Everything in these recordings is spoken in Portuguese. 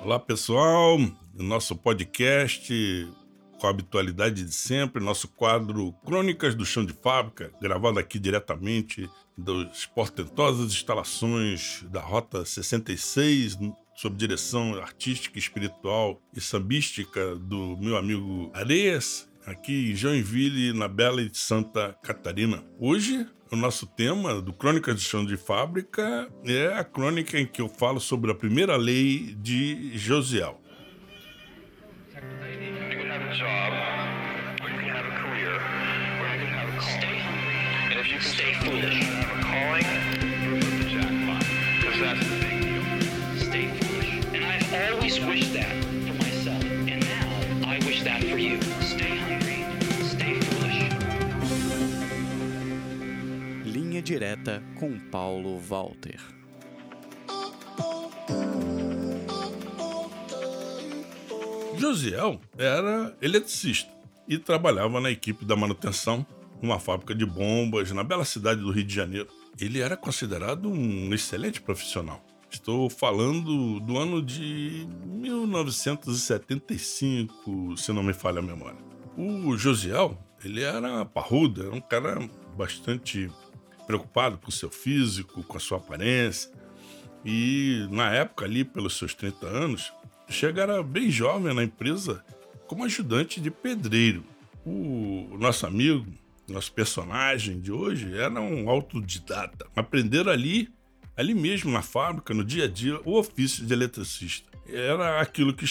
Olá, pessoal. Nosso podcast com a habitualidade de sempre, nosso quadro Crônicas do Chão de Fábrica, gravado aqui diretamente das portentosas instalações da Rota 66, sob direção artística, espiritual e sambística do meu amigo Areias, aqui em Joinville, na bela de Santa Catarina. Hoje, o nosso tema do Crônicas do Chão de Fábrica é a crônica em que eu falo sobre a primeira lei de Josiel. Linha Direta com Paulo Walter. Josiel era eletricista e trabalhava na equipe da manutenção numa fábrica de bombas na bela cidade do Rio de Janeiro. Ele era considerado um excelente profissional. Estou falando do ano de 1975, se não me falha a memória. O Josiel, ele era parrudo, era um cara bastante preocupado com o seu físico, com a sua aparência. E na época ali, pelos seus 30 anos, chegara bem jovem na empresa como ajudante de pedreiro. O nosso amigo, nosso personagem de hoje, era um autodidata. Aprender ali mesmo na fábrica, no dia a dia, o ofício de eletricista. Era aquilo que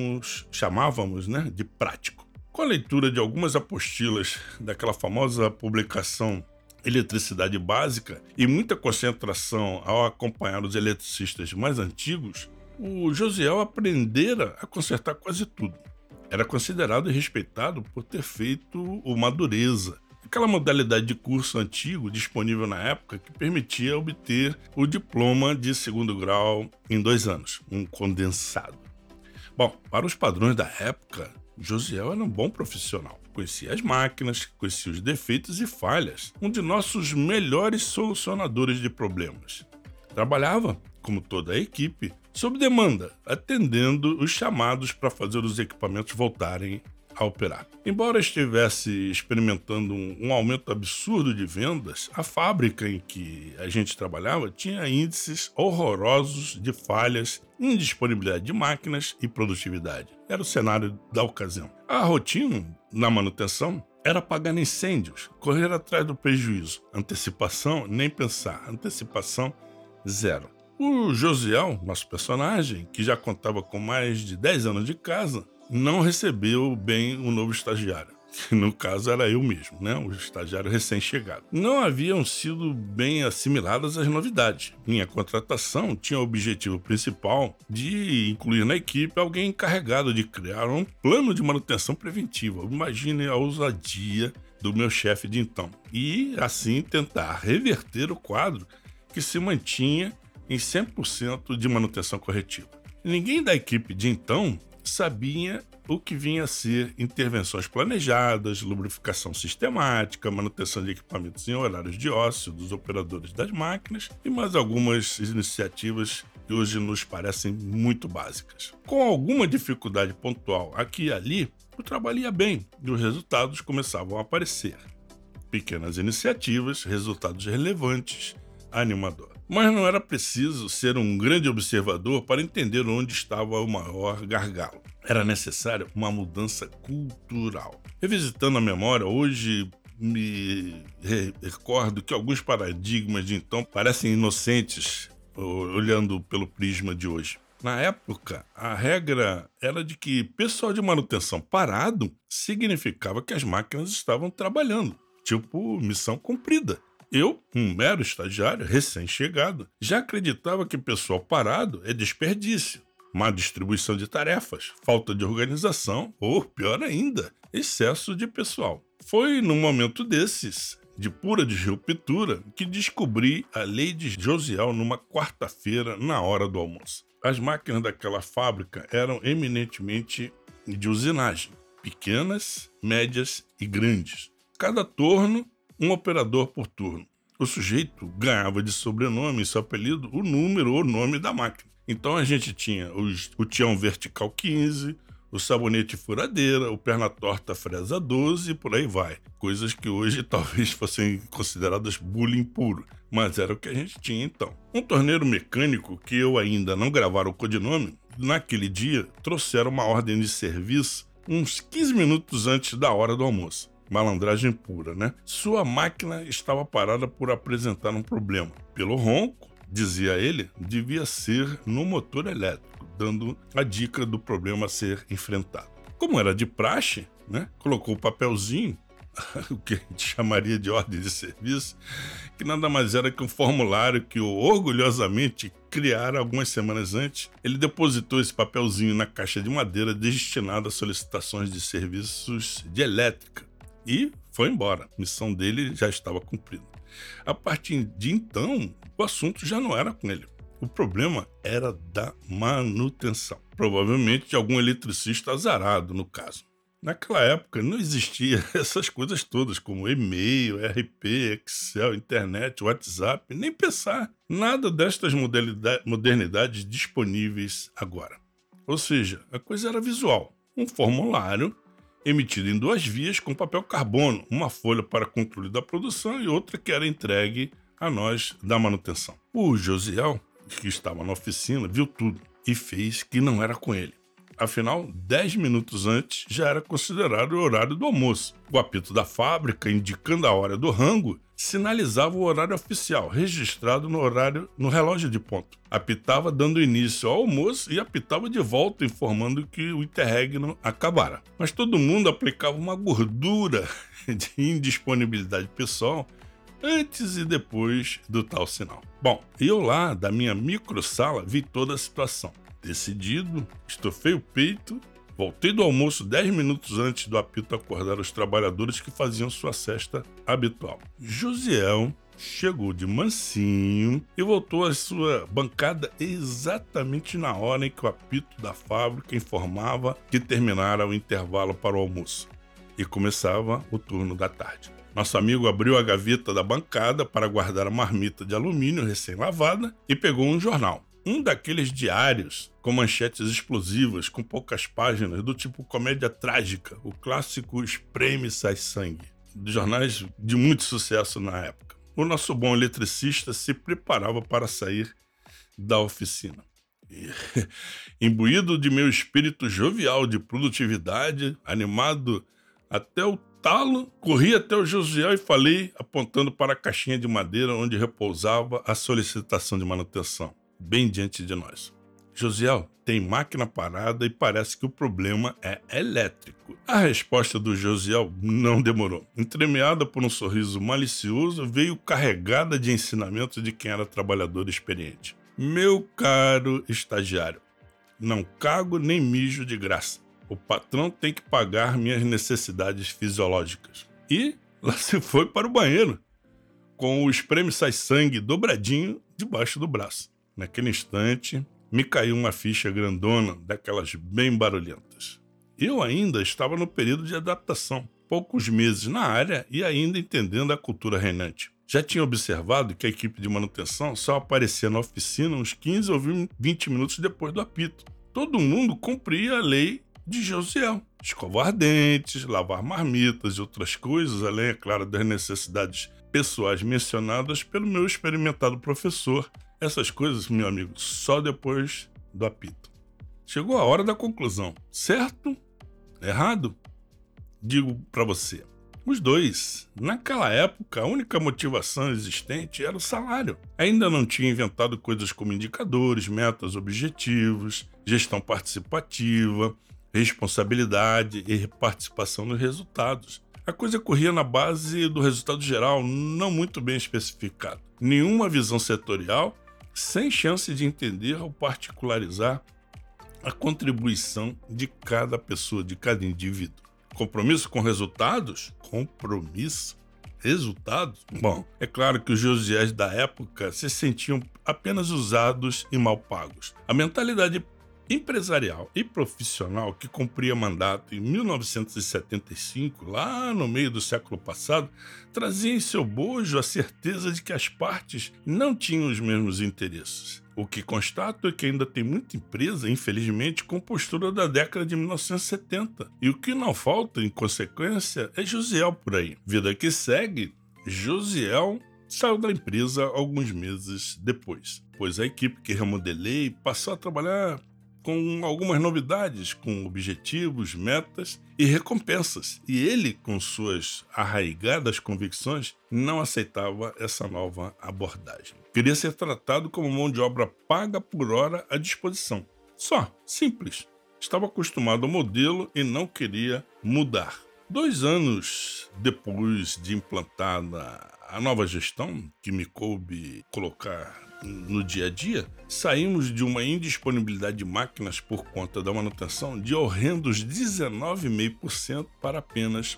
chamávamos, de prático. Com a leitura de algumas apostilas daquela famosa publicação Eletricidade Básica e muita concentração ao acompanhar os eletricistas mais antigos, o Josiel aprendera a consertar quase tudo. Era considerado e respeitado por ter feito o Madureza, aquela modalidade de curso antigo disponível na época que permitia obter o diploma de segundo grau em 2 anos, um condensado. Bom, para os padrões da época, Josiel era um bom profissional. Conhecia as máquinas, conhecia os defeitos e falhas, um de nossos melhores solucionadores de problemas. Trabalhava, como toda a equipe, sob demanda, atendendo os chamados para fazer os equipamentos voltarem a operar. Embora estivesse experimentando um aumento absurdo de vendas, a fábrica em que a gente trabalhava tinha índices horrorosos de falhas, indisponibilidade de máquinas e produtividade. Era o cenário da ocasião. A rotina na manutenção era apagar incêndios, correr atrás do prejuízo. Antecipação, nem pensar. Antecipação, zero. O Josiel, nosso personagem, que já contava com mais de 10 anos de casa, não recebeu bem o novo estagiário. No caso, era eu mesmo, o estagiário recém-chegado. Não haviam sido bem assimiladas as novidades. Minha contratação tinha o objetivo principal de incluir na equipe alguém encarregado de criar um plano de manutenção preventiva. Imagine a ousadia do meu chefe de então. E, assim, tentar reverter o quadro que se mantinha em 100% de manutenção corretiva. Ninguém da equipe de então sabia o que vinha a ser intervenções planejadas, lubrificação sistemática, manutenção de equipamentos em horários de ócio dos operadores das máquinas e mais algumas iniciativas que hoje nos parecem muito básicas. Com alguma dificuldade pontual aqui e ali, o trabalho ia bem e os resultados começavam a aparecer. Pequenas iniciativas, resultados relevantes, animador. Mas não era preciso ser um grande observador para entender onde estava o maior gargalo. Era necessária uma mudança cultural. Revisitando a memória, hoje me recordo que alguns paradigmas de então parecem inocentes, olhando pelo prisma de hoje. Na época, a regra era de que pessoal de manutenção parado significava que as máquinas estavam trabalhando, tipo missão cumprida. Eu, um mero estagiário recém-chegado, já acreditava que pessoal parado é desperdício, má distribuição de tarefas, falta de organização ou, pior ainda, excesso de pessoal. Foi num momento desses, de pura disruptura, que descobri a lei de Josiel numa quarta-feira na hora do almoço. As máquinas daquela fábrica eram eminentemente de usinagem, pequenas, médias e grandes. Cada torno, um operador por turno. O sujeito ganhava de sobrenome e seu apelido o número ou nome da máquina. Então a gente tinha o Tião Vertical 15, o sabonete furadeira, o perna torta fresa 12 e por aí vai. Coisas que hoje talvez fossem consideradas bullying puro, mas era o que a gente tinha então. Um torneiro mecânico, que eu ainda não gravara o codinome, naquele dia trouxeram uma ordem de serviço uns 15 minutos antes da hora do almoço. Malandragem pura, né? Sua máquina estava parada por apresentar um problema. Pelo ronco, dizia ele, devia ser no motor elétrico, dando a dica do problema a ser enfrentado. Como era de praxe, né? Colocou o papelzinho, o que a gente chamaria de ordem de serviço, que nada mais era que um formulário que eu orgulhosamente criara algumas semanas antes. Ele depositou esse papelzinho na caixa de madeira destinada a solicitações de serviços de elétrica e foi embora. A missão dele já estava cumprida. A partir de então, o assunto já não era com ele. O problema era da manutenção. Provavelmente de algum eletricista azarado, no caso. Naquela época não existia essas coisas todas, como e-mail, RP, Excel, internet, WhatsApp, nem pensar. Nada destas modernidades disponíveis agora. Ou seja, a coisa era visual. Um formulário emitido em 2 vias com papel carbono, uma folha para controle da produção e outra que era entregue a nós da manutenção. O Josiel, que estava na oficina, viu tudo e fez que não era com ele. Afinal, 10 minutos antes já era considerado o horário do almoço. O apito da fábrica, indicando a hora do rango, sinalizava o horário oficial, registrado no relógio de ponto. Apitava dando início ao almoço e apitava de volta, informando que o interregno acabara. Mas todo mundo aplicava uma gordura de indisponibilidade pessoal antes e depois do tal sinal. Bom, eu lá, da minha microsala, vi toda a situação. Decidido, estofei o peito, voltei do almoço 10 minutos antes do apito acordar os trabalhadores que faziam sua cesta habitual. Josiel chegou de mansinho e voltou à sua bancada exatamente na hora em que o apito da fábrica informava que terminara o intervalo para o almoço e começava o turno da tarde. Nosso amigo abriu a gaveta da bancada para guardar a marmita de alumínio recém-lavada e pegou um jornal. Um daqueles diários com manchetes explosivas, com poucas páginas, do tipo comédia trágica, o clássico Espreme Sai Sangue, de jornais de muito sucesso na época. O nosso bom eletricista se preparava para sair da oficina. E, imbuído de meu espírito jovial de produtividade, animado até o talo, corri até o Josiel e falei, apontando para a caixinha de madeira onde repousava a solicitação de manutenção, bem diante de nós. Josiel, tem máquina parada e parece que o problema é elétrico. A resposta do Josiel não demorou. Entremeada por um sorriso malicioso, veio carregada de ensinamento de quem era trabalhador experiente. Meu caro estagiário, não cago nem mijo de graça. O patrão tem que pagar minhas necessidades fisiológicas. E lá se foi para o banheiro, com o espreme sai sangue dobradinho debaixo do braço. Naquele instante, me caiu uma ficha grandona, daquelas bem barulhentas. Eu ainda estava no período de adaptação, poucos meses na área e ainda entendendo a cultura reinante. Já tinha observado que a equipe de manutenção só aparecia na oficina uns 15 ou 20 minutos depois do apito. Todo mundo cumpria a lei de Josiel. Escovar dentes, lavar marmitas e outras coisas, além, é claro, das necessidades pessoais mencionadas pelo meu experimentado professor. Essas coisas, meu amigo, só depois do apito. Chegou a hora da conclusão. Certo? Errado? Digo para você. Os dois. Naquela época, a única motivação existente era o salário. Ainda não tinha inventado coisas como indicadores, metas, objetivos, gestão participativa, responsabilidade e participação nos resultados. A coisa corria na base do resultado geral, não muito bem especificado. Nenhuma visão setorial, sem chance de entender ou particularizar a contribuição de cada pessoa, de cada indivíduo. Compromisso com resultados? Compromisso? Resultados? Bom, é claro que os Josiés da época se sentiam apenas usados e mal pagos. A mentalidade empresarial e profissional que cumpria mandato em 1975, lá no meio do século passado, trazia em seu bojo a certeza de que as partes não tinham os mesmos interesses. O que constato é que ainda tem muita empresa, infelizmente, com postura da década de 1970. E o que não falta, em consequência, é Josiel por aí. Vida que segue, Josiel saiu da empresa alguns meses depois, pois a equipe que remodelei passou a trabalhar com algumas novidades, com objetivos, metas e recompensas. E ele, com suas arraigadas convicções, não aceitava essa nova abordagem. Queria ser tratado como mão de obra paga por hora à disposição. Só, simples. Estava acostumado ao modelo e não queria mudar. 2 anos depois de implantada a nova gestão, que me coube colocar no dia a dia, saímos de uma indisponibilidade de máquinas por conta da manutenção de horrendos 19,5% para apenas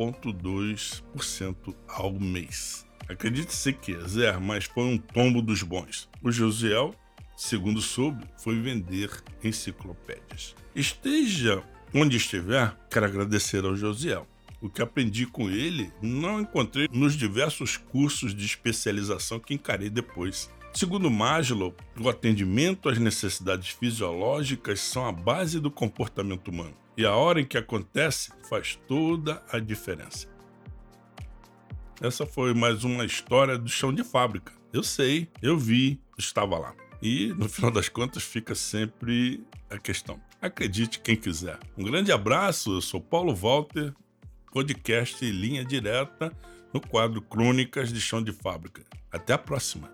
1,2% ao mês. Acredite se quiser, mas foi um tombo dos bons. O Josiel, segundo soube, foi vender enciclopédias. Esteja onde estiver, quero agradecer ao Josiel. O que aprendi com ele não encontrei nos diversos cursos de especialização que encarei depois. Segundo Maslow, o atendimento às necessidades fisiológicas são a base do comportamento humano. E a hora em que acontece faz toda a diferença. Essa foi mais uma história do chão de fábrica. Eu sei, eu vi, estava lá. E, no final das contas, fica sempre a questão. Acredite quem quiser. Um grande abraço, eu sou Paulo Walter, podcast Linha Direta, no quadro Crônicas de Chão de Fábrica. Até a próxima.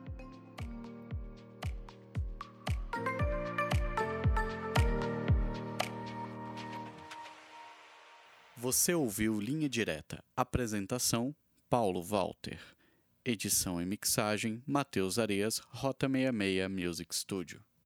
Você ouviu Linha Direta. Apresentação: Paulo Walter. Edição e mixagem: Matheus Areias, Rota 66 Music Studio.